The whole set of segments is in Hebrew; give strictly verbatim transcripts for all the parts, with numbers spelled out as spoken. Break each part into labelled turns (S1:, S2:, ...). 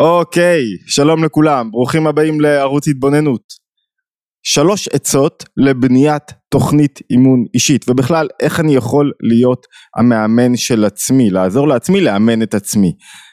S1: אוקיי, שלום לכולם, ברוכים הבאים לערוץ התבוננות. שלוש עצות לבניית תוכנית אימון אישית, ובכלל איך אני יכול להיות המאמן של עצמי, לעזור לעצמי לאמן את עצמי.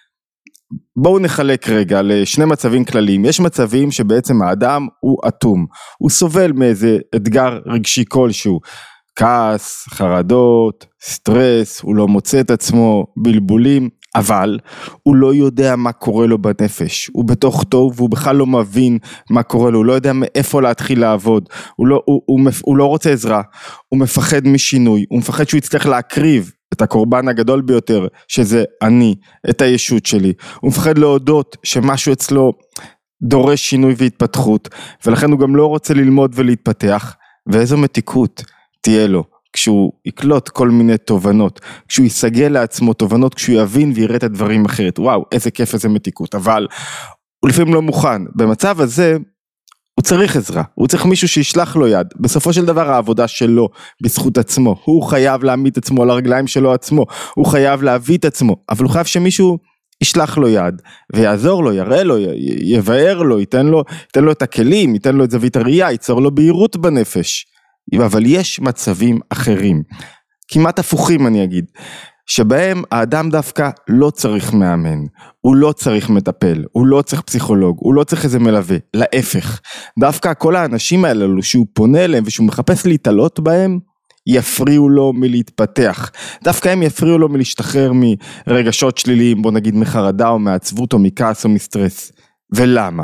S1: בואו נחלק רגע לשני מצבים כלליים. יש מצבים שבעצם האדם הוא אטום, הוא סובל מאיזה אתגר רגשי כלשהו, כעס, חרדות, סטרס, הוא לא מוצא את עצמו, בלבולים, אבל הוא לא יודע מה קורה לו בנפש, הוא בתוך טוב והוא בכלל לא מבין מה קורה לו, הוא לא יודע מאיפה להתחיל לעבוד, הוא לא, הוא, הוא, הוא לא רוצה עזרה, הוא מפחד משינוי, הוא מפחד שהוא יצטרך להקריב את הקורבן הגדול ביותר, שזה אני, את הישות שלי, הוא מפחד להודות שמשהו אצלו דורש שינוי והתפתחות, ולכן הוא גם לא רוצה ללמוד ולהתפתח, ואיזו מתיקות תהיה לו, כשהוא יקלוט כל מיני תובנות, כשהוא יסגל לעצמו תובנות, כשהוא יבין ויראה את הדברים אחרת, וואו, איזה כיף, איזה מתיקות, אבל הוא לפעמים לא מוכן, במצב הזה, הוא צריך עזרה, הוא צריך מישהו שישלח לו יד, בסופו של דבר העבודה שלו, בזכות עצמו, הוא חייב להעמיד את עצמו על הרגליים שלו עצמו, הוא חייב להביא את עצמו, אבל הוא חייב שמישהו ישלח לו יד, ויעזור לו, יראה לו, יבאר לו, ייתן לו, ייתן לו את הכלים, ייתן לו את זווית הראייה, ייצור לו בהירות בנפש, אבל יש מצבים אחרים, כמעט הפוכים אני אגיד, שבהם האדם דווקא לא צריך מאמן, הוא לא צריך מטפל, הוא לא צריך פסיכולוג, הוא לא צריך איזה מלווה, להפך, דווקא כל האנשים האלו שהוא פונה אליהם ושהוא מחפש להתעלות בהם, יפריעו לו מלהתפתח, דווקא הם יפריעו לו מלהשתחרר מרגשות שליליים, בוא נגיד מחרדה או מעצבות או מכעס או מסטרס, ולמה?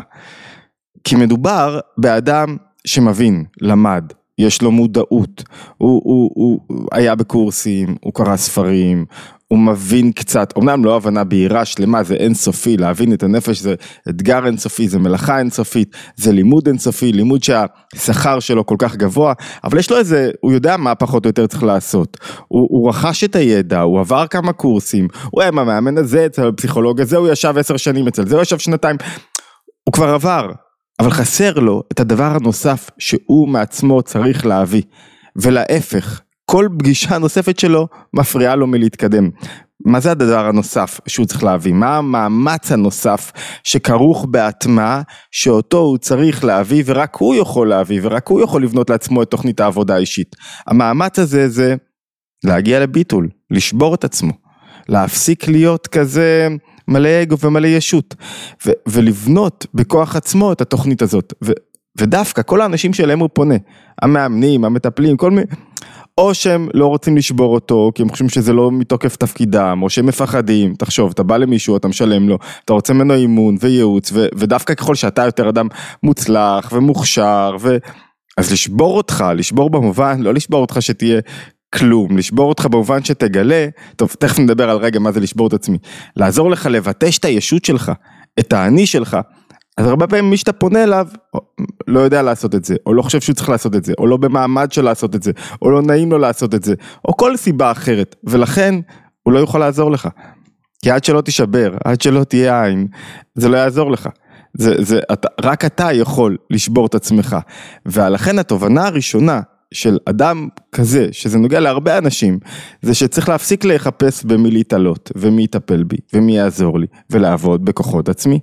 S1: כי מדובר באדם שמבין, למד, יש לו מודעות, הוא, הוא, הוא, הוא היה בקורסים, הוא קרא ספרים, הוא מבין קצת, אמנם לא הבנה בהירה שלמה, זה אינסופי, להבין את הנפש זה אתגר אינסופי, זה מלאכה אינסופית, זה לימוד אינסופי, לימוד שהשכר שלו כל כך גבוה, אבל יש לו איזה, הוא יודע מה פחות או יותר צריך לעשות, הוא, הוא רכש את הידע, הוא עבר כמה קורסים, הוא היה מהמאמן הזה, אצל הפסיכולוג הזה, הוא ישב עשר שנים אצל זה, הוא ישב שנתיים, הוא כבר עבר, אבל חסר לו את הדבר הנוסף שהוא מעצמו צריך להביא, ולהפך, כל פגישה נוספת שלו מפריעה לו מלהתקדם. מה זה הדבר הנוסף שהוא צריך להביא? מה המאמץ הנוסף שכרוך בהטמעה שאותו הוא צריך להביא ורק הוא יכול להביא ורק הוא יכול לבנות לעצמו את תוכנית העבודה האישית? המאמץ הזה זה להגיע לביטול, לשבור את עצמו, להפסיק להיות כזה מלא אגו ומלא ישות, ו- ולבנות בכוח עצמו את התוכנית הזאת, ו- ודווקא כל האנשים שלהם הוא פונה, המאמנים, המטפלים, כל מיני, או שהם לא רוצים לשבור אותו, כי הם חושבים שזה לא מתוקף תפקידם, או שהם מפחדים, תחשוב, אתה בא למישהו, אתה משלם לו, אתה רוצה ממנו אימון וייעוץ, ו- ודווקא ככל שאתה יותר אדם מוצלח ומוכשר, ו- אז לשבור אותך, לשבור במובן, לא לשבור אותך שתהיה כלום, לשבור אותך במובן שתגלה, טוב, תכף נדבר על רגע מה זה לשבור את עצמי, לעזור לך לבטש את הישות שלך, את האני שלך, אז הרבה פעמים מי שאתה פונה אליו, לא יודע לעשות את זה, או לא חושב שהוא צריך לעשות את זה, או לא במעמד של לעשות את זה, או לא נעים לו לעשות את זה, או כל סיבה אחרת, ולכן הוא לא יוכל לעזור לך, כי עד שלא תשבר, עד שלא תהיה עין, זה לא יעזור לך, זה, זה, אתה, רק אתה יכול לשבור את עצמך, ולכן התובנה הראשונה, של אדם כזה, שזה נוגע להרבה אנשים, זה שצריך להפסיק לחפש במי להתעלות, ומי יטפל בי, ומי יעזור לי, ולעבוד בכוחות עצמי,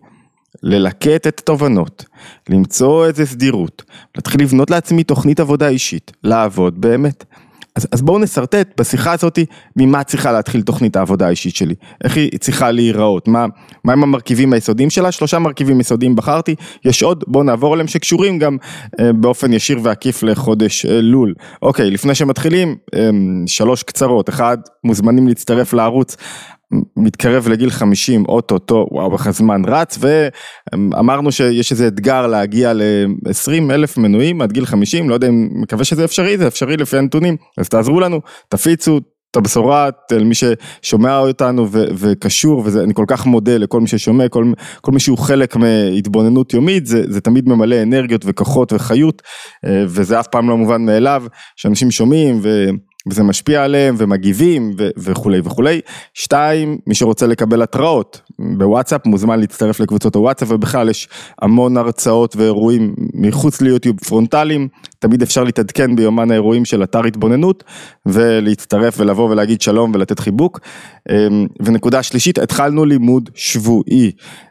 S1: ללקט את התובנות, למצוא איזה סדירות, להתחיל לבנות לעצמי תוכנית עבודה אישית, לעבוד באמת. אז, אז בואו נסרטט בשיחה הזאת, ממה צריכה להתחיל תוכנית העבודה האישית שלי, איך היא צריכה להיראות, מה, מה הם המרכיבים היסודיים שלה, שלושה מרכיבים יסודיים בחרתי, יש עוד, בואו נעבור עליהם שקשורים גם אה, באופן ישיר ועקיף לחודש אה, לול. אוקיי, לפני שמתחילים, אה, שלוש קצרות, אחד, מוזמנים להצטרף לערוץ, מתקרב לגיל חמישים, אוטוטו, וואו, איך הזמן רץ, ואמרנו שיש איזה אתגר להגיע ל-עשרים אלף מנויים עד גיל חמישים, לא יודע אם מקווה שזה אפשרי, זה אפשרי לפי הנתונים, אז תעזרו לנו, תפיצו את הבשורה, אל מי ששומע אותנו ו- וקשור, ואני כל כך מודה לכל מי ששומע, כל, כל מי שהוא חלק מהתבוננות יומית, זה, זה תמיד ממלא אנרגיות וכוחות וחיות, וזה אף פעם לא מובן מאליו, שאנשים שומעים ו... וזה משפיע עליהם ומגיבים ו- וכולי וכולי. שתיים, מי שרוצה לקבל התראות בוואטסאפ מוזמן להצטרף לקבוצות הוואטסאפ, ובכלל יש המון הרצאות ואירועים מחוץ ליוטיוב פרונטליים, תמיד אפשר להתעדכן ביומן האירועים של אתר התבוננות, ולהצטרף ולבוא ולהגיד שלום ולתת חיבוק. ונקודה שלישית, התחלנו לימוד שבועי,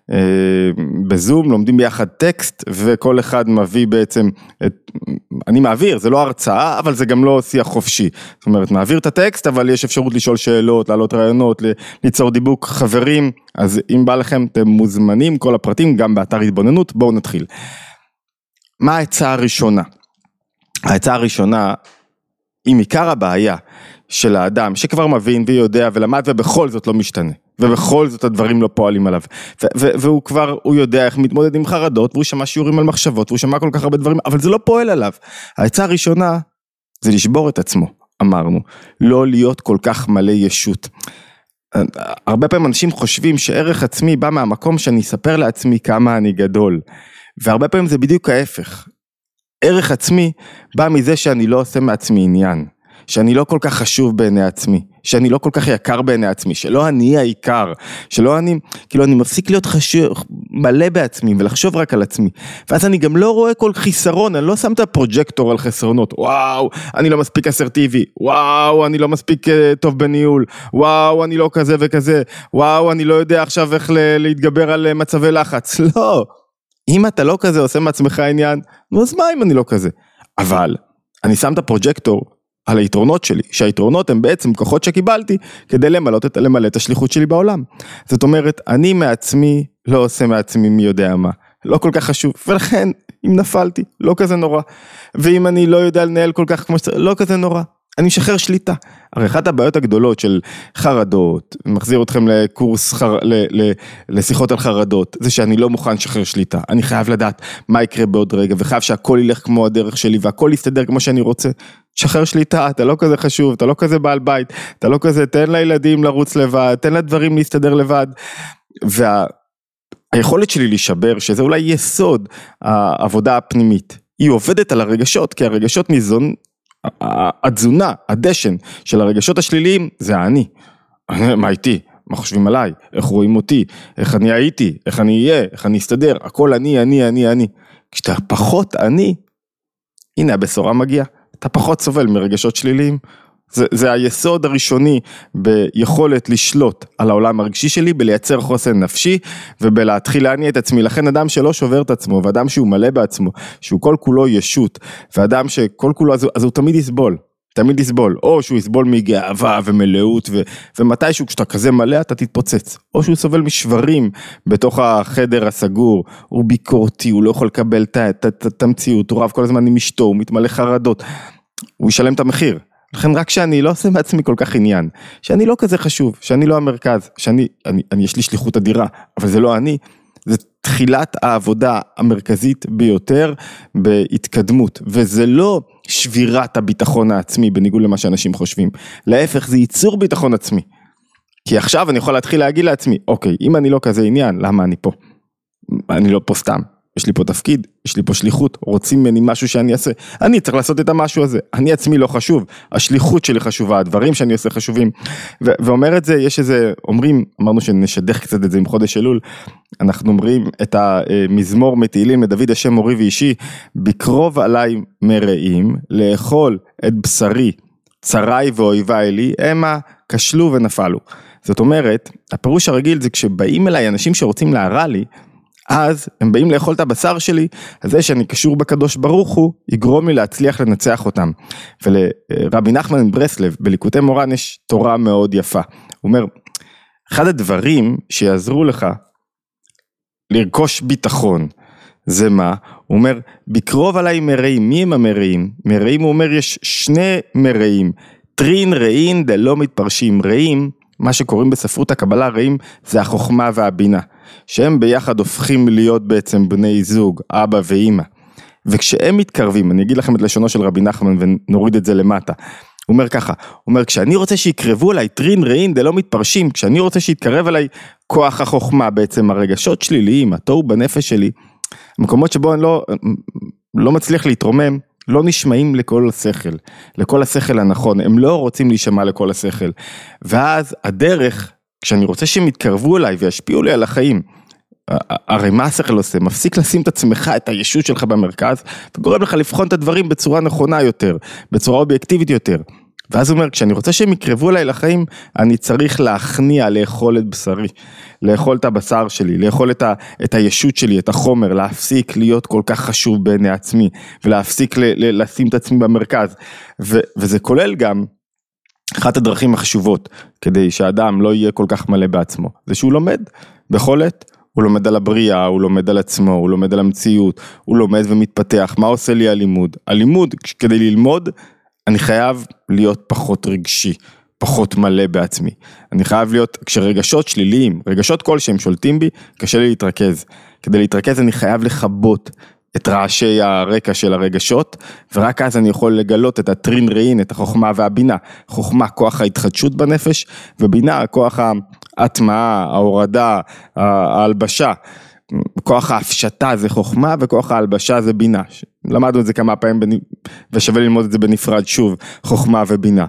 S1: בזום, לומדים ביחד טקסט, וכל אחד מביא בעצם, את, אני מעביר, זה לא הרצאה, אבל זה גם לא שיח חופשי, זאת אומרת, מעביר את הטקסט, אבל יש אפשרות לשאול שאלות, לעלות רעיונות, ליצור דיבוק חברים, אז אם בא לכם, אתם מוזמנים, כל הפרטים, גם באתר התבוננות, בואו נתחיל. מה העצה הראשונה? העצה הראשונה, עם עיקר הבעיה של האדם, שכבר מבין ויודע ולמד, ובכל זאת לא משתנה. ובכל זאת הדברים לא פועלים עליו, ו- ו- והוא כבר, הוא יודע איך מתמודד עם חרדות, והוא שמע שיעורים על מחשבות, והוא שמע כל כך הרבה דברים, אבל זה לא פועל עליו. העצה הראשונה, זה לשבור את עצמו, אמרנו, לא להיות כל כך מלא ישות. הרבה פעמים אנשים חושבים שערך עצמי בא מהמקום שאני אספר לעצמי כמה אני גדול, והרבה פעמים זה בדיוק ההפך. ערך עצמי בא מזה שאני לא עושה מעצמי עניין, שאני לא כל כך חשוב בעיני עצמי, שאני לא כל כך יקר בעיני עצמי, שלא אני העיקר, שלא אני, כאילו אני מפסיק להיות חשוב, מלא בעצמי ולחשוב רק על עצמי, ואז אני גם לא רואה כל חיסרון, אני לא שם את הפרוג'קטור על חסרונות, וואו, אני לא מספיק אסרטיבי, וואו, אני לא מספיק uh, טוב בניהול, וואו, אני לא כזה וכזה, וואו, אני לא יודע עכשיו איך להתגבר על מצבי לחץ, לא, אם אתה לא כזה עושה מעצמך עניין, נו אז מה אם אני לא כזה, אבל אני שם את הפרוג'קטור, על היתרונות שלי, שהיתרונות הם בעצם כוחות שקיבלתי, כדי למלא את, למלא את השליחות שלי בעולם. זאת אומרת, אני מעצמי, לא עושה מעצמי מי יודע מה, לא כל כך חשוב, ולכן, אם נפלתי, לא כזה נורא, ואם אני לא יודע לנהל כל כך כמו שצריך, לא כזה נורא, אני משחרר שליטה. הרי אחת הבעיות הגדולות של חרדות, מחזיר אתכם לקורס, חר, ל, ל, לשיחות על חרדות, זה שאני לא מוכן לשחרר שליטה, אני חייב לדעת מה יקרה בעוד רגע, וחייב שהכל ילך כמו הדרך שלי, והכל יסתדר כמו שאני רוצה, שחרר שליטה, אתה לא כזה חשוב, אתה לא כזה בעל בית, אתה לא כזה, תן לילדים לרוץ לבד, תן לדברים להסתדר לבד, והיכולת שלי להישבר, שזה אולי יסוד העבודה הפנימית, היא עובדת על הרגשות, כי הרגשות ניזון, התזונה, הדשן של הרגשות השליליים, זה אני, מה איתי, מה חושבים עליי, איך רואים אותי, איך אני הייתי, איך אני אהיה, איך אני אסתדר, הכל אני, אני, אני, אני, כשאתה פחות אני, הנה הבשורה מגיעה, אתה פחות סובל מרגשות שליליים, זה, זה היסוד הראשוני ביכולת לשלוט על העולם הרגשי שלי, בלייצר חוסן נפשי, ובלהתחיל להניע את עצמי, לכן אדם שלא שובר את עצמו, ואדם שהוא מלא בעצמו, שהוא כל כולו ישות, ואדם שכל כולו, אז, אז הוא תמיד יסבול, תמיד יסבול, או שהוא יסבול מגאווה ומלאות, ו, ומתישהו כשאתה כזה מלא אתה תתפוצץ, או שהוא סובל משברים בתוך החדר הסגור, הוא ביקורתי, הוא לא יכול לקבל את המציאות, הוא רב כל הזמן עם אשתו, הוא מתמלא חרדות, הוא ישלם את המחיר. לכן רק שאני לא עושה מעצמי כל כך עניין, שאני לא כזה חשוב, שאני לא המרכז, שאני, אני, אני, יש לי שליחות אדירה, אבל זה לא אני, זה תחילת העבודה המרכזית ביותר בהתקדמות, וזה לא שבירת הביטחון העצמי, בניגוד למה שאנשים חושבים, להפך זה ייצור ביטחון עצמי, כי עכשיו אני יכול להתחיל להגיד לעצמי, אוקיי, אם אני לא כזה עניין, למה אני פה? אני לא פה סתם. יש לי פה תפקיד, יש לי פה שליחות, רוצים ממני משהו שאני אעשה, אני צריך לעשות את המשהו הזה, אני עצמי לא חשוב, השליחות שלי חשובה, הדברים שאני עושה חשובים, ו- ואומר את זה, יש איזה, אומרים, אמרנו שנשדך קצת את זה עם חודש אלול, אנחנו אומרים את המזמור מתהילים לדוד השם מורי ואישי, בקרוב עליי מרעים, לאכול את בשרי, צרי ואויבי לי, המה כשלו ונפלו. זאת אומרת, הפירוש הרגיל זה כשבאים אליי אנשים שרוצים להרע לי, אז הם באים לאכול את הבשר שלי, אז זה שאני קשור בקדוש ברוך הוא, יגרום לי להצליח לנצח אותם. ולרבי נחמן מברסלב, בליקוטי מורן יש תורה מאוד יפה. הוא אומר, אחד הדברים שיעזרו לך לרכוש ביטחון, זה מה? הוא אומר, בקרוב עליי מרעים, מי הם המרעים? מרעים, הוא אומר, יש שני מרעים, טרין רעין דלא מתפרשים, רעים, מה שקוראים בספרות הקבלה, רעים זה החוכמה והבינה, שהם ביחד הופכים להיות בעצם בני זוג, אבא ואמא, וכשהם מתקרבים, אני אגיד לכם את לשונו של רבי נחמן ונוריד את זה למטה, הוא אומר ככה, הוא אומר כשאני רוצה שיקרבו עליי טרין רעין דלא מתפרשים, כשאני רוצה שיתקרב עליי כוח החוכמה, בעצם הרגשות שליליים, התוהו בנפש שלי, המקומות שבו אני לא, לא מצליח להתרומם, לא נשמעים לכל השכל, לכל השכל הנכון, הם לא רוצים להישמע לכל השכל, ואז הדרך, כשאני רוצה שהם יתקרבו אליי וישפיעו לי על החיים, הרי מה השכל עושה? מפסיק לשים את עצמך, את הישות שלך במרכז, וגורם לך לבחון את הדברים בצורה נכונה יותר, בצורה אובייקטיבית יותר, ואז הוא אומר, כשאני רוצה שהם יקרבו אליי לחיים, אני צריך להכניע, לאכול את בשרי, לאכול את הבשר שלי, לאכול את, ה, את הישות שלי, את החומר, להפסיק להיות כל כך חשוב בעיני עצמי, ולהפסיק ל, ל, לשים את עצמי במרכז, ו, וזה כולל גם, אחת הדרכים החשובות, כדי שהאדם לא יהיה כל כך מלא בעצמו, זה שהוא לומד בכל עת, הוא לומד על הבריאה, הוא לומד על עצמו, הוא לומד על המציאות, הוא לומד ומתפתח. מה עושה לי הלימוד? הלימוד, כדי ללמוד, אני חייב להיות פחות רגשי, פחות מלא בעצמי. אני חייב להיות, כשרגשות שליליים, רגשות כלשהם שולטים בי, קשה לי להתרכז. כדי להתרכז אני חייב לחבות את רעשי הרקע של הרגשות, ורק אז אני יכול לגלות את הטרין ראין, את החוכמה והבינה. חוכמה, כוח ההתחדשות בנפש, ובינה, כוח ההטמעה, ההורדה, ההלבשה. כוח ההפשטה זה חוכמה, וכוח ההלבשה זה בינה. למדנו את זה כמה פעמים, ושווה ללמוד את זה בנפרד שוב, חוכמה ובינה.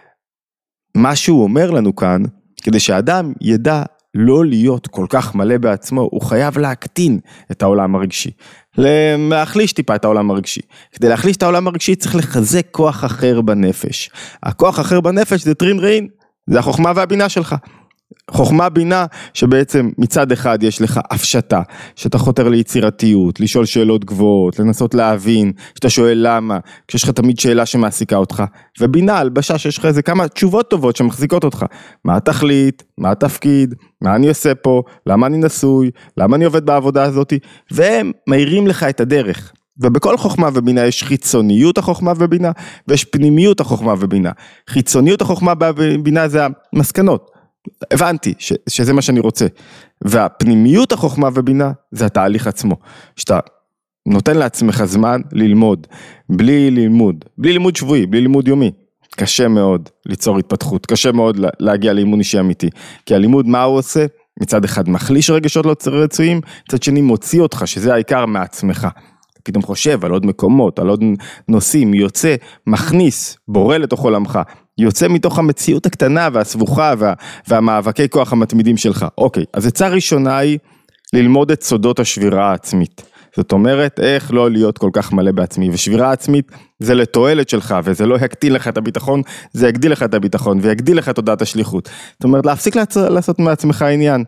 S1: מה שהוא אומר לנו כאן, כדי שהאדם ידע לא להיות כל כך מלא בעצמו, הוא חייב להקטין את העולם הרגשי. להחליש טיפה את העולם הרגשי. כדי להחליש את העולם הרגשי צריך לחזק כוח אחר בנפש. הכוח אחר בנפש זה טרין ראין, זה החוכמה והבינה שלך. חוכמה בינה שבעצם מצד אחד יש לך הפשטה, שאתה חותר ליצירתיות, לשאול שאלות גבוהות, לנסות להבין, שאתה שואל למה, כשיש לך תמיד שאלה שמעסיקה אותך, ובינה, הלבשה שיש לך איזה כמה תשובות טובות שמחזיקות אותך, מה התכלית, מה התפקיד, מה אני עושה פה, למה אני נשוי, למה אני עובד בעבודה הזאת, והם מאירים לך את הדרך. ובכל חוכמה ובינה יש חיצוניות החוכמה ובינה, ויש פנימיות החוכמה ובינה. חיצוניות החוכמה ובינה זה המסקנות. הבנתי ש, שזה מה שאני רוצה, והפנימיות החוכמה ובינה זה התהליך עצמו, שאתה נותן לעצמך זמן ללמוד, בלי לימוד, בלי לימוד שבועי, בלי לימוד יומי, קשה מאוד ליצור התפתחות, קשה מאוד להגיע לאימון אישי אמיתי, כי הלימוד מה הוא עושה? מצד אחד מחליש רגשות לא רצויים, מצד שני מוציא אותך, שזה העיקר מעצמך, פתאום חושב על עוד מקומות, על עוד נושאים, יוצא, מכניס, בורא לתוך עולמך, יוצא מתוך המציאות הקטנה והסבוכה וה, והמאבקי כוח המתמידים שלך. אוקיי, אז עצה ראשונה היא ללמוד את סודות השבירה העצמית. זאת אומרת, איך לא להיות כל כך מלא בעצמי, ושבירה עצמית זה לתועלת שלך, וזה לא יקטין לך את הביטחון, זה יגדיל לך את הביטחון, ויגדיל לך את תודעת השליחות. זאת אומרת, להפסיק לעשות מעצמך עניין.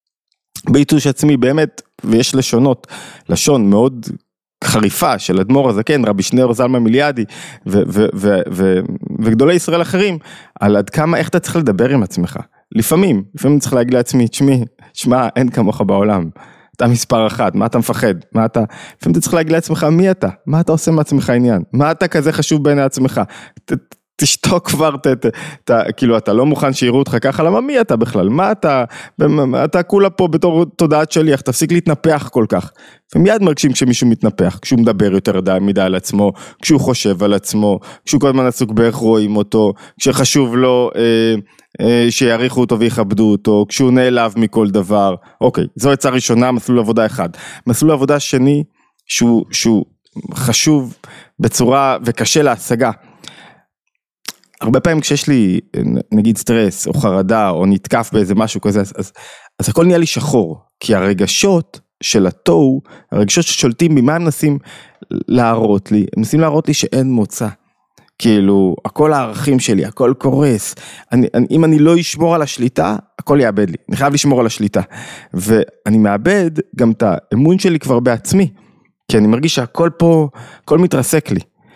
S1: ביטוש עצמי באמת, ויש לשונות, לשון מאוד חריפה של אדמו"ר הזקן, רבי שניאור זלמן מיליאדי, ו- ו- ו- ו- וגדולי ישראל אחרים, על עד כמה, איך אתה צריך לדבר עם עצמך. לפעמים, לפעמים צריך להגיד לעצמי, תשמעי, תשמע, אין כמוך בעולם. אתה מספר אחד, מה אתה מפחד? מה אתה, לפעמים אתה צריך להגיד לעצמך, מי אתה? מה אתה עושה מעצמך עניין? מה אתה כזה חשוב בעיני עצמך? ת, תשתוק כבר, ת, ת, ת, כאילו אתה לא מוכן שיראו אותך ככה, למה מי אתה בכלל? מה אתה, אתה כולה פה בתור תודעת שליח, תפסיק להתנפח כל כך. ומיד מרגישים כשמישהו מתנפח, כשהוא מדבר יותר מדי על עצמו, כשהוא חושב על עצמו, כשהוא כל הזמן עסוק באיך רואים אותו, כשחשוב לו אה, אה, שיעריכו אותו ויכבדו אותו, כשהוא נעלב מכל דבר. אוקיי, זו עצה ראשונה, מסלול עבודה אחד. מסלול עבודה שני, שהוא, שהוא חשוב בצורה וקשה להשגה. הרבה פעמים כשיש לי נגיד סטרס או חרדה או נתקף באיזה משהו כזה, אז, אז, אז הכל נהיה לי שחור, כי הרגשות של התוהו, הרגשות ששולטים בי, מה הם מנסים להראות לי? הם מנסים להראות לי שאין מוצא, כאילו הכל הערכים שלי, הכל קורס, אני, אני, אם אני לא אשמור על השליטה, הכל יאבד לי, אני חייב לשמור על השליטה, ואני מאבד גם את האמון שלי כבר בעצמי, כי אני מרגיש שהכל פה, הכל מתרסק לי,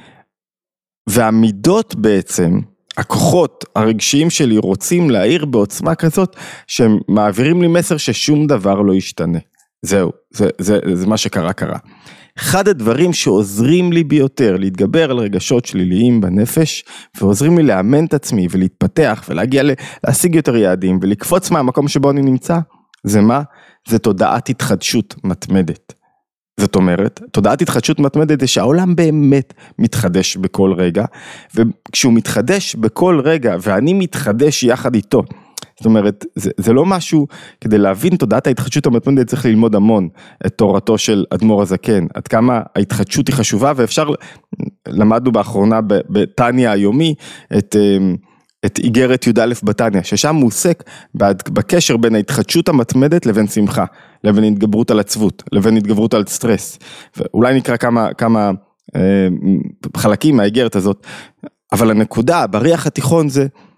S1: והמידות בעצם, הכוחות הרגשיים שלי רוצים להעיר בעוצמה כזאת, שהם מעבירים לי מסר ששום דבר לא ישתנה. זהו, זה, זה, זה מה שקרה קרה. אחד הדברים שעוזרים לי ביותר להתגבר על רגשות שליליים בנפש, ועוזרים לי לאמן את עצמי ולהתפתח ולהגיע להשיג יותר יעדים ולקפוץ מהמקום שבו אני נמצא, זה מה? זה תודעת התחדשות מתמדת. זאת אומרת, תודעת התחדשות מתמדת זה שהעולם באמת מתחדש בכל רגע, וכשהוא מתחדש בכל רגע, ואני מתחדש יחד איתו, זאת אומרת, זה, זה לא משהו, כדי להבין תודעת ההתחדשות המתמדת צריך ללמוד המון את תורתו של אדמו"ר הזקן, עד כמה ההתחדשות היא חשובה, ואפשר, למדנו באחרונה בתניא היומי, את... את איגרת י"א בתניא, ששם הוא עוסק בקשר בין ההתחדשות המתמדת לבין שמחה, לבין התגברות על עצבות, לבין התגברות על סטרס. ואולי נקרא כמה, כמה אה, חלקים מהאיגרת הזאת, אבל הנקודה, בריח התיכון זה,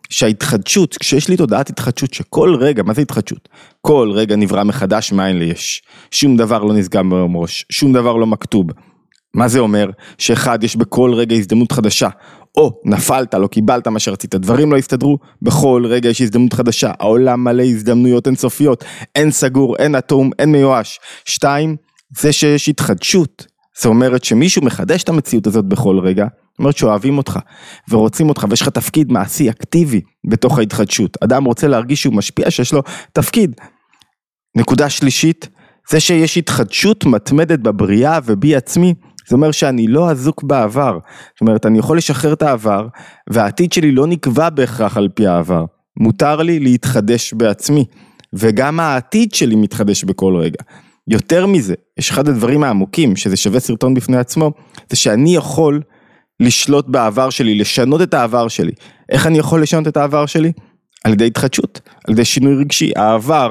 S1: שההתחדשות, כשיש לי תודעת התחדשות, שכל רגע, מה זה התחדשות? כל רגע נברא מחדש מאין ליש. שום דבר לא נסגם בראש, שום דבר לא מכתוב. מה זה אומר? שאחד, יש בכל רגע הזדמנות חדשה. או נפלת, לא קיבלת מה שרצית, דברים לא הסתדרו, בכל רגע יש הזדמנות חדשה. העולם מלא הזדמנויות אינסופיות, אין סגור, אין אטום, אין מיואש. שתיים, זה שיש התחדשות, זה אומרת שמישהו מחדש את המציאות הזאת בכל רגע, זאת אומרת שאוהבים אותך ורוצים אותך, ויש לך תפקיד מעשי אקטיבי בתוך ההתחדשות. אדם רוצה להרגיש שהוא משפיע, שיש לו תפקיד. נקודה שלישית, זה שיש התחדשות מתמדת בבריאה ובי עצמי, זה אומר שאני לא אזוק בעבר. זאת אומרת, אני יכול לשחרר את העבר, והעתיד שלי לא נקבע בהכרח על פי העבר. מותר לי להתחדש בעצמי, וגם העתיד שלי מתחדש בכל רגע. יותר מזה, יש אחד הדברים העמוקים, שזה שווה סרטון בפני עצמו, זה שאני יכול לשלוט בעבר שלי, לשנות את העבר שלי. איך אני יכול לשנות את העבר שלי? על ידי התחדשות, על ידי שינוי רגשי. העבר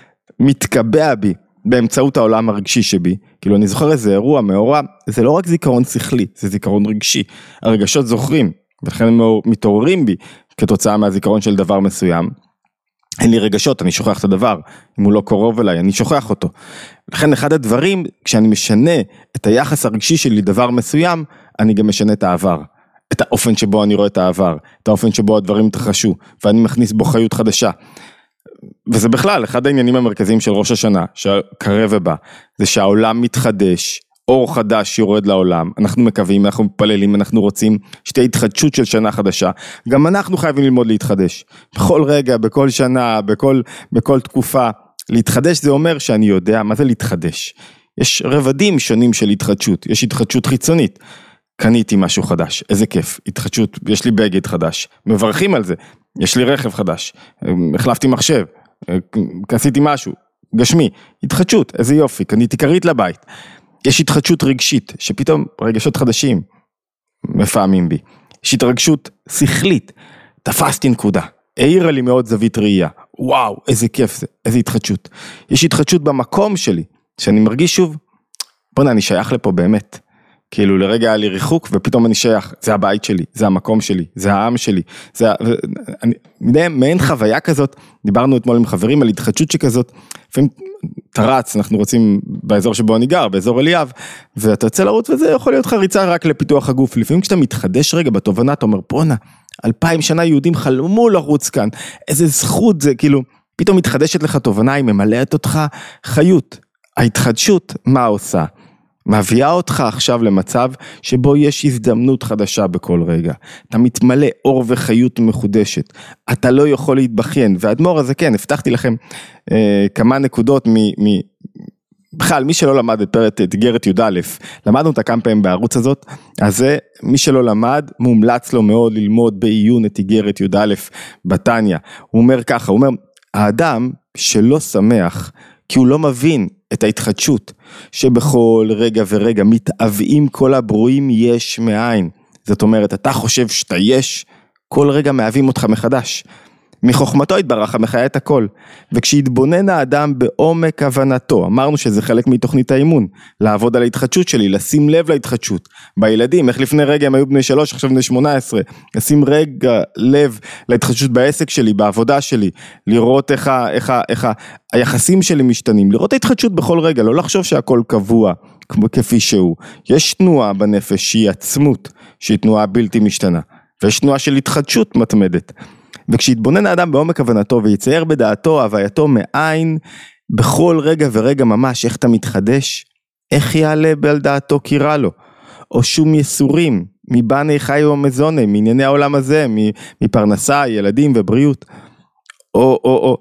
S1: מתקבע בי באמצעות העולם הרגשי שבי. כאילו אני זוכר איזה אירוע מאורע, זה לא רק זיכרון שכלי, זה זיכרון רגשי. הרגשות זוכרים, ולכן הם מתעוררים בי כתוצאה מהזיכרון של דבר מסוים. אין לי רגשות, אני שוכח את הדבר. אם הוא לא קרוב אליי, אני שוכח אותו. לכן אחד הדברים, כשאני משנה את היחס הרגשי שלי לדבר מסוים, אני גם משנה את העבר. את האופן שבו אני רואה את העבר, את האופן שבו הדברים התרחשו, ואני מכניס בו חיות חדשה. וזה בכלל, אחד העניינים המרכזיים של ראש השנה, שקרב ובא, זה שהעולם מתחדש, אור חדש יורד לעולם, אנחנו מקווים, אנחנו מפללים, אנחנו רוצים שתהיה התחדשות של שנה חדשה, גם אנחנו חייבים ללמוד להתחדש, בכל רגע, בכל שנה, בכל, בכל תקופה, להתחדש זה אומר שאני יודע מה זה להתחדש, יש רבדים שונים של התחדשות, יש התחדשות חיצונית, קניתי משהו חדש, איזה כיף, התחדשות, יש לי בגד חדש, מברכים על זה, יש לי רכב חדש, החלפתי מחשב, עשיתי משהו, גשמי, התחדשות, איזה יופי, קניתי כרית לבית, יש התחדשות רגשית, שפתאום רגשות חדשים מפעמים בי, יש התרגשות שכלית, תפסתי נקודה, העירה לי מאוד זווית ראייה, וואו, איזה כיף זה, איזה התחדשות, יש התחדשות במקום שלי, שאני מרגיש שוב, בוא'נה, אני שייך לפה באמת, כאילו לרגע היה לי ריחוק, ופתאום אני שייך, זה הבית שלי, זה המקום שלי, זה העם שלי, זה, אני, מעין חוויה כזאת, דיברנו אתמול עם חברים על התחדשות שכזאת, לפעמים תרץ, אנחנו רוצים באזור שבו אני גר, באזור אליאב, ואתה יוצא לרוץ, וזה יכול להיות חריצה רק לפיתוח הגוף, לפעמים כשאתה מתחדש רגע בתובנה, אתה אומר, בונה, אלפיים שנה יהודים חלמו לרוץ כאן, איזה זכות זה, כאילו, פתאום מתחדשת לך תובנה, היא ממלאת אותך חיות, ההתחדשות, מה עושה? מביאה אותך עכשיו למצב שבו יש הזדמנות חדשה בכל רגע. אתה מתמלא אור וחיות מחודשת. אתה לא יכול להתבכיין. והאדמו"ר הזה כן, הבטחתי לכם אה, כמה נקודות מ... מ בכלל, מי שלא למד את פרק איגרת י"א, למדנו אותה כמה פעמים בערוץ הזאת, אז זה, מי שלא למד, מומלץ לו מאוד ללמוד בעיון את איגרת י"א בתניא. הוא אומר ככה, הוא אומר, האדם שלא שמח, כי הוא לא מבין את ההתחדשות, שבכל רגע ורגע מתאווים כל הברואים יש מאין. זאת אומרת, אתה חושב שאתה יש, כל רגע מאווים אותך מחדש. מחוכמתו התברך המחיה את הכל. וכשהתבונן האדם בעומק הבנתו, אמרנו שזה חלק מתוכנית האימון, לעבוד על ההתחדשות שלי, לשים לב להתחדשות. בילדים, איך לפני רגע הם היו בני שלוש, עכשיו בני שמונה עשרה, לשים רגע לב להתחדשות בעסק שלי, בעבודה שלי, לראות איך, איך, איך היחסים שלי משתנים, לראות ההתחדשות בכל רגע, לא לחשוב שהכל קבוע, כמו כפי שהוא. יש תנועה בנפש שהיא עצמות, שהיא תנועה בלתי משתנה, ויש תנועה של התחדשות מתמדת. וכשהתבונן האדם בעומק הבנתו ויצייר בדעתו, הווייתו מאין, בכל רגע ורגע ממש, איך אתה מתחדש, איך יעלה על דעתו כי רע לו, או שום יסורים, מבני חיו ומזונה, מענייני העולם הזה, מפרנסה, ילדים ובריאות, או, או, או,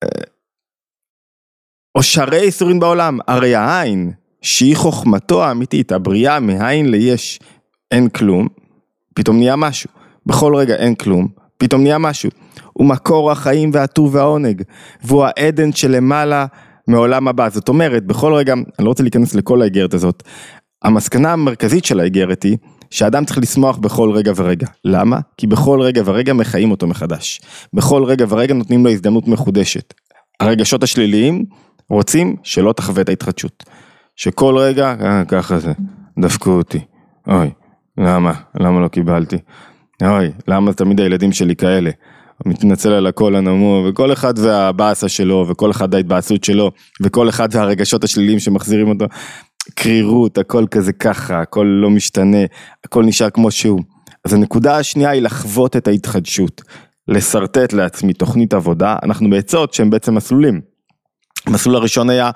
S1: או שרי יסורים בעולם, הרי העין, שהיא חוכמתו האמיתית, הבריאה מהעין ליש, אין כלום, פתאום נהיה משהו, בכל רגע אין כלום, פתאום נהיה משהו, הוא מקור החיים והטוב והעונג, והוא העדן שלמעלה מעולם הבא. זאת אומרת, בכל רגע, אני לא רוצה להיכנס לכל האיגרת הזאת, המסקנה המרכזית של האיגרת היא, שהאדם צריך לשמוח בכל רגע ורגע. למה? כי בכל רגע ורגע מחיים אותו מחדש. בכל רגע ורגע נותנים לו הזדמנות מחודשת. הרגשות השליליים רוצים שלא תחווה את ההתחדשות. שכל רגע, אה, ככה זה, דפקו אותי. אוי, למה? למה לא קיבלתי? אוי, למה תמיד הילדים שלי כאלה? מתנצל על הכל הנמוך, וכל אחד והבאסה שלו, וכל אחד ההתבאסות שלו, וכל אחד והרגשות השליליים שמחזירים אותו, קרירות, הכל כזה ככה, הכל לא משתנה, הכל נשאר כמו שהוא. אז הנקודה השנייה היא לחוות את ההתחדשות, לסרטט לעצמי תוכנית עבודה, אנחנו בעצות שהם בעצם מסלולים. המסלול הראשון היה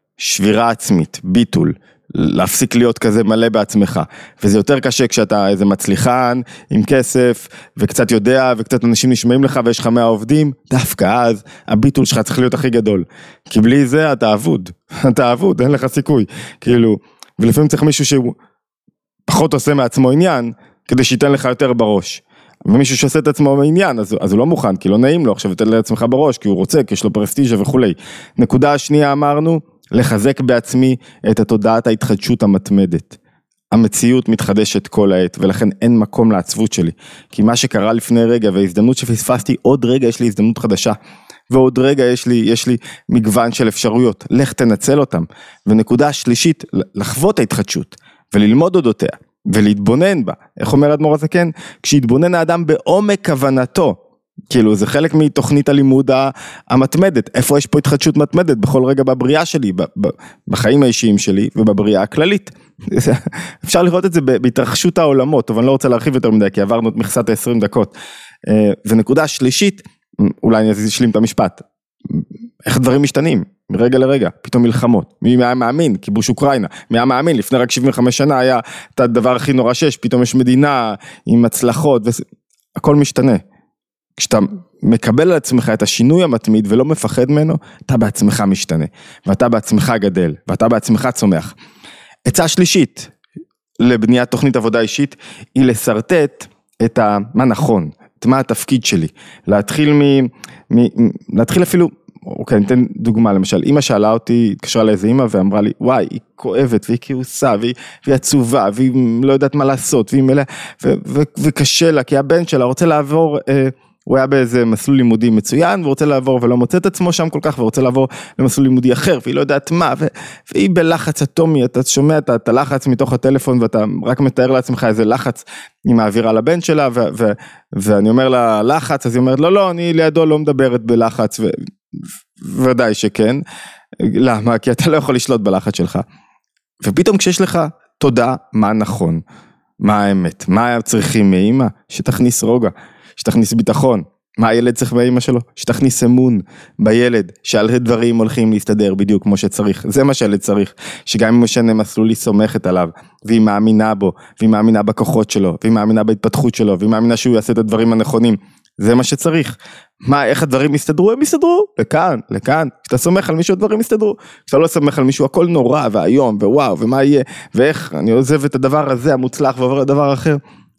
S1: שבירה עצמית, ביטול, להפסיק להיות כזה מלא בעצמך, וזה יותר קשה כשאתה איזה מצליחן, עם כסף, וקצת יודע, וקצת אנשים נשמעים לך, ויש לך מאה עובדים, דווקא אז, הביטול שלך צריך להיות הכי גדול, כי בלי זה אתה אבוד, אתה אבוד, אין לך סיכוי, כאילו, ולפעמים צריך מישהו שהוא פחות עושה מעצמו עניין, כדי שייתן לך יותר בראש, ומישהו שעושה את עצמו מעניין, אז, אז הוא לא מוכן, כי לא נעים לו, עכשיו יתן לעצמך בראש, כי הוא רוצה, כי יש לו פרסטיג'ה וכולי. נקודה השנייה אמרנו, לחזק בעצמי את התודעת ההתחדשות המתמדת. המציאות מתחדשת כל העת, ולכן אין מקום לעצבות שלי. כי מה שקרה לפני רגע, וההזדמנות שפספסתי, עוד רגע יש לי הזדמנות חדשה, ועוד רגע יש לי, יש לי מגוון של אפשרויות, לך תנצל אותם. ונקודה השלישית, לחוות ההתחדשות, וללמוד אודותיה, ולהתבונן בה. איך אומר אדמו"ר הזקן? כשהתבונן האדם בעומק כוונתו, כאילו זה חלק מתוכנית הלימוד המתמדת, איפה יש פה התחדשות מתמדת בכל רגע בבריאה שלי, בחיים האישיים שלי ובבריאה הכללית. אפשר לראות את זה בהתרחשות העולמות, אבל אני לא רוצה להרחיב יותר מדי, כי עברנו את מכסת ה-עשרים דקות. ונקודה שלישית, אולי אני אשלים את המשפט, איך דברים משתנים, מרגע לרגע, פתאום מלחמות, מי היה מאמין, כיבוש אוקראינה, מי היה מאמין, לפני רק שבעים וחמש שנה היה את הדבר הכי נורא שיש, פתאום יש מדינה עם הצלחות, הכל משתנה. כשאתה מקבל על עצמך את השינוי המתמיד ולא מפחד ממנו, אתה בעצמך משתנה, ואתה בעצמך גדל, ואתה בעצמך צומח. עצה שלישית לבניית תוכנית עבודה אישית, היא לסרטט את ה, מה נכון, את מה התפקיד שלי, להתחיל מ, מ, להתחיל אפילו, אוקיי, ניתן דוגמה, למשל, אמא שאלה אותי, התקשרה לאיזה אמא ואמרה לי, וואי, היא כואבת, והיא כעוסה, והיא, והיא עצובה, והיא לא יודעת מה לעשות, והיא מלאה, ו, ו, וקשה לה, כי הבן שלה רוצה לעבור, אה, הוא היה באיזה מסלול לימודי מצוין, ורוצה לעבור ולא מוצא את עצמו שם כל כך, ורוצה לעבור למסלול לימודי אחר, והיא לא יודעת מה, ו- והיא בלחץ אטומי, אתה שומע את, את הלחץ מתוך הטלפון, ואתה רק מתאר לעצמך איזה לחץ, היא מעבירה לבן שלה, ו- ו- ואני אומר לה לחץ, אז היא אומרת, לא, לא, אני לידו לא מדברת בלחץ, ו- ודאי שכן, למה? כי אתה לא יכול לשלוט בלחץ שלך, ופתאום כשיש לך תודה, מה נכון, מה האמת, מה צריכים מאמא, שתכניס רוגע, שתכניס ביטחון, מה הילד צריך באמא שלו? שתכניס אמון בילד, שעל דברים הולכים להסתדר בדיוק כמו שצריך, זה מה שהילד צריך, שגם אם משנה מסלול היא סומכת עליו, והיא מאמינה בו, והיא מאמינה בכוחות שלו, והיא מאמינה בהתפתחות שלו, והיא מאמינה שהוא יעשה את הדברים הנכונים, זה מה שצריך. מה, איך הדברים יסתדרו? הם יסתדרו, לכאן, לכאן, כשאתה סומך על מישהו הדברים יסתדרו, כשאתה לא סומך על מישהו הכל נורא והיום ווואו ומה יהיה, ואיך אני עוזב את הדבר הזה המוצלח ועובר לדבר אחר,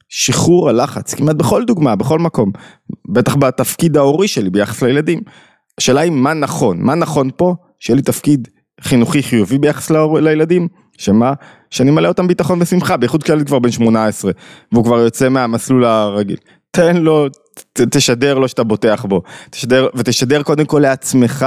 S1: שחרור הלחץ, כמעט בכל דוגמה, בכל מקום, בטח בתפקיד ההורי שלי ביחס לילדים, השאלה היא מה נכון, מה נכון פה, שיהיה לי תפקיד חינוכי חיובי ביחס לילדים, שמה, שאני מלא אותם ביטחון ושמחה, בייחוד כשילד כבר בן שמונה עשרה, והוא כבר יוצא מהמסלול הרגיל, תן לו, ת, תשדר לו שאתה בוטח בו, תשדר, ותשדר קודם כל לעצמך,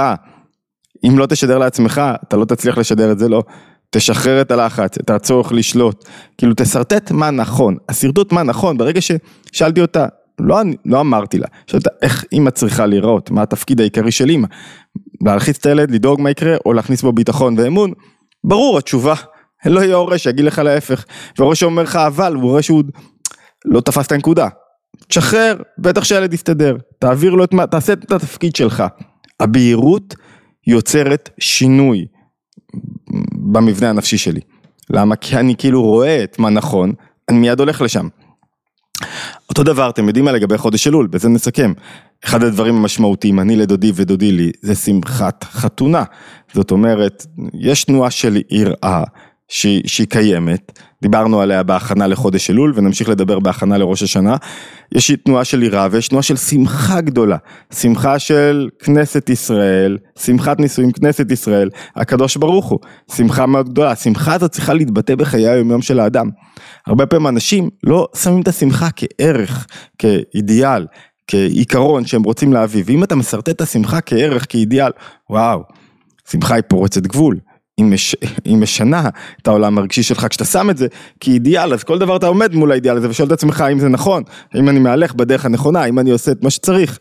S1: אם לא תשדר לעצמך, אתה לא תצליח לשדר את זה, לא, תשחרר את הלחץ, את הצורך לשלוט, כאילו תסרטט מה נכון, הסרטוט מה נכון, ברגע ששאלתי אותה, לא, לא אמרתי לה, שאלת איך אמא צריכה לראות, מה התפקיד העיקרי של אמא, להלחיץ את הילד, לדאוג מה יקרה, או להכניס בו ביטחון ואמון, ברור התשובה, לא יהיה הורה שיגיד לך להפך, והורה שאומר לך אבל, הוא רואה שהוא לא תפס את הנקודה, תשחרר, בטח שהילד יסתדר, תעביר לו את מה, תעשה את התפקיד שלך, הבהירות יוצרת שינוי, במבנה הנפשי שלי. למה? כי אני כאילו רואה את מה נכון, אני מיד הולך לשם. אותו דבר, אתם יודעים מה לגבי חודש אלול, בזה נסכם. אחד הדברים המשמעותיים, אני לדודי ודודי לי, זה שמחת חתונה. זאת אומרת, יש תנועה של יראה שהיא, שהיא קיימת, דיברנו עליה בהכנה לחודש אלול, ונמשיך לדבר בהכנה לראש השנה. יש תנועה של יראה, ויש תנועה של שמחה גדולה, שמחה של כנסת ישראל, שמחת נישואים כנסת ישראל, הקדוש ברוך הוא, שמחה מאוד גדולה, השמחה הזאת צריכה להתבטא בחיי היום יום של האדם. הרבה פעמים אנשים לא שמים את השמחה כערך, כאידיאל, כעיקרון שהם רוצים להביא, ואם אתה מסרטט את השמחה כערך, כאידיאל, וואו, שמחה היא פורצת גבול, היא, מש... היא משנה את העולם הרגשי שלך, כשאתה שם את זה כאידיאל, אז כל דבר אתה עומד מול האידיאל הזה, ושואל את עצמך האם זה נכון, האם אני מהלך בדרך הנכונה, האם אני עושה את מה שצריך,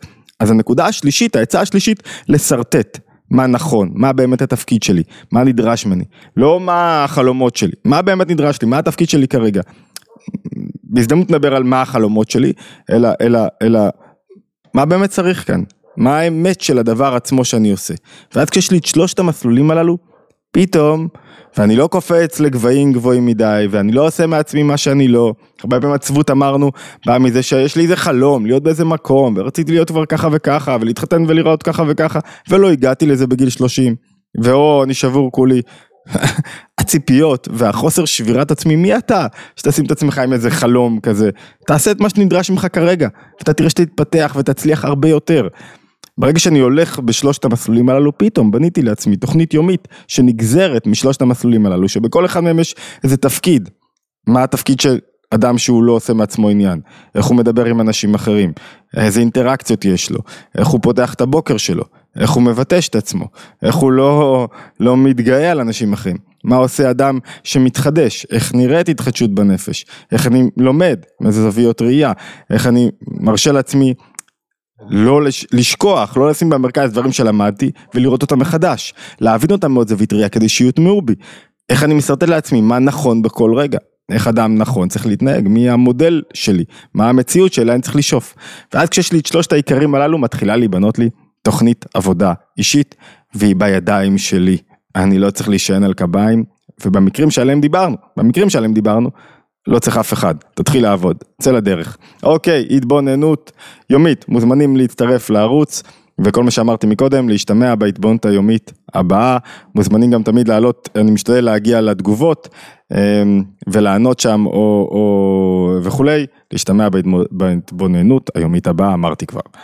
S1: אז הנקודה השלישית, ההצעה השלישית, לסרטט מה נכון, מה באמת התפקיד שלי, מה נדרש ממני, לא מה החלומות שלי, מה באמת נדרש לי, מה התפקיד שלי כרגע. בהזדמנות נדבר על מה החלומות שלי, אלא, אלא, אלא, מה באמת צריך כאן, מה האמת של הדבר עצמו שאני עושה. ואז כשיש לי את שלושת המסלולים הללו, פתאום, ואני לא קופץ לגבהים גבוהים מדי, ואני לא עושה מעצמי מה שאני לא, הרבה פעמים עצבות אמרנו, בא מזה שיש לי איזה חלום, להיות באיזה מקום, ורציתי להיות כבר ככה וככה, ולהתחתן ולראות ככה וככה, ולא הגעתי לזה בגיל שלושים, ואו, אני שבור כולי, הציפיות והחוסר שבירת עצמי, מי אתה? שתשים את עצמך עם איזה חלום כזה, תעשה את מה שנדרש ממך כרגע, ואתה תראה שתתפתח ותצליח הרבה יותר. ברגע שאני הולך בשלושת המסלולים הללו, פתאום בניתי לעצמי תוכנית יומית שנגזרת משלושת המסלולים הללו, שבכל אחד מהם יש איזה תפקיד. מה התפקיד של אדם שהוא לא עושה מעצמו עניין? איך הוא מדבר עם אנשים אחרים? איזה אינטראקציות יש לו? איך הוא פותח את הבוקר שלו? איך הוא מבטש את עצמו? איך הוא לא, לא מתגאה על אנשים אחרים? מה עושה אדם שמתחדש? איך נראית התחדשות בנפש? איך אני לומד? מאיזה זוויות ראייה? איך אני מרשה לעצמי לא לשכוח, לא לשים במרכז דברים שלמדתי, ולראות אותם מחדש, להבין אותם מאוד זווית ראייה, כדי שיוטמעו בי. איך אני מסרטט לעצמי, מה נכון בכל רגע, איך אדם נכון צריך להתנהג, מי המודל שלי, מה המציאות שלה אני צריך לשאוף. ואז כשיש לי את שלושת העיקרים הללו, מתחילה להיבנות לי תוכנית עבודה אישית, והיא בידיים שלי. אני לא צריך להישען על קביים, ובמקרים שעליהם דיברנו, במקרים שעליהם דיברנו, לא צריך אף אחד, תתחיל לעבוד, צא לדרך. אוקיי, התבוננות יומית, מוזמנים להצטרף לערוץ, וכל מה שאמרתי מקודם, להשתמע בהתבוננות היומית הבאה, מוזמנים גם תמיד לעלות, אני משתדל להגיע לתגובות, ולענות שם או, או וכולי, להשתמע בהתבוננות היומית הבאה, אמרתי כבר.